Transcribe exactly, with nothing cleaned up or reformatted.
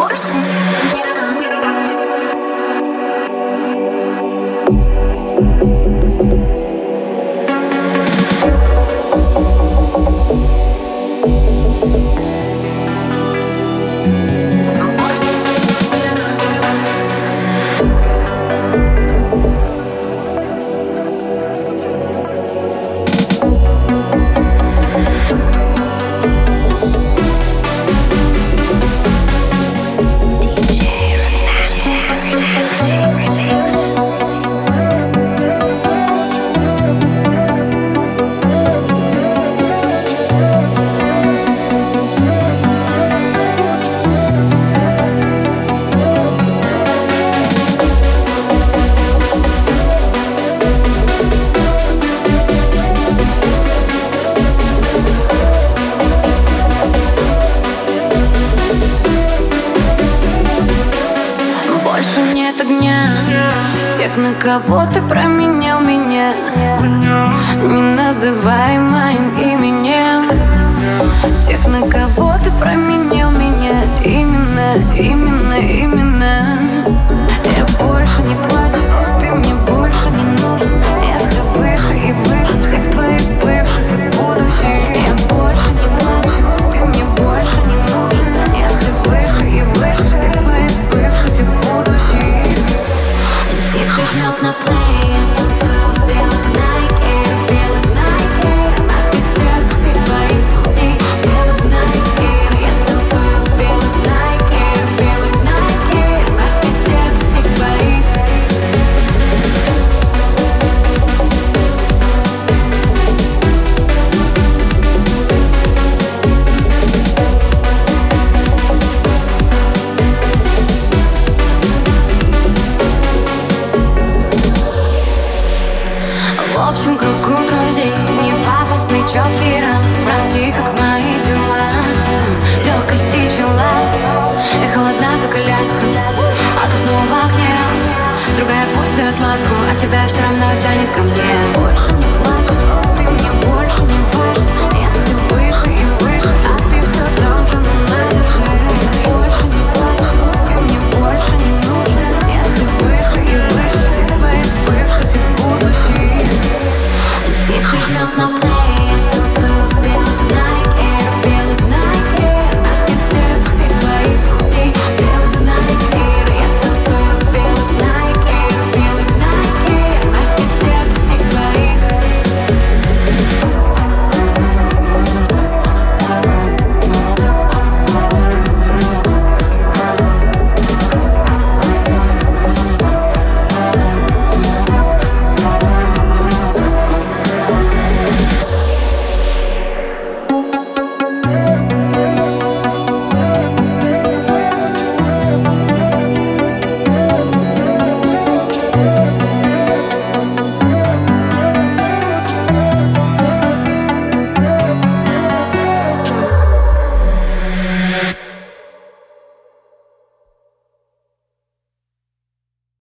Тех, на кого ты променял меня, не называй моим именем. Тех, на кого ты променял меня, именно, именно, именно. Я больше не плачу, ты мне больше не нужен. Я все выше и выше всех твоих бывших и будущих. Я больше не плачу, ты мне больше не нужен. Я все выше и выше всех твоих бывших и будущих. Тише жмет на плей, я танцую в белых найке, в белых найке. На песнях всех твоих путей, в белых найке. Я танцую в белых найке, в белых найке. На песнях всех твоих. В общем кругу друзей, не пафосный четкий рам. Спроси, как мои дела, легкость и чела. И холодна, как Аляска, а ты снова в огне. Другая пусть дает ласку, а тебя все равно тянет ко мне. Больше не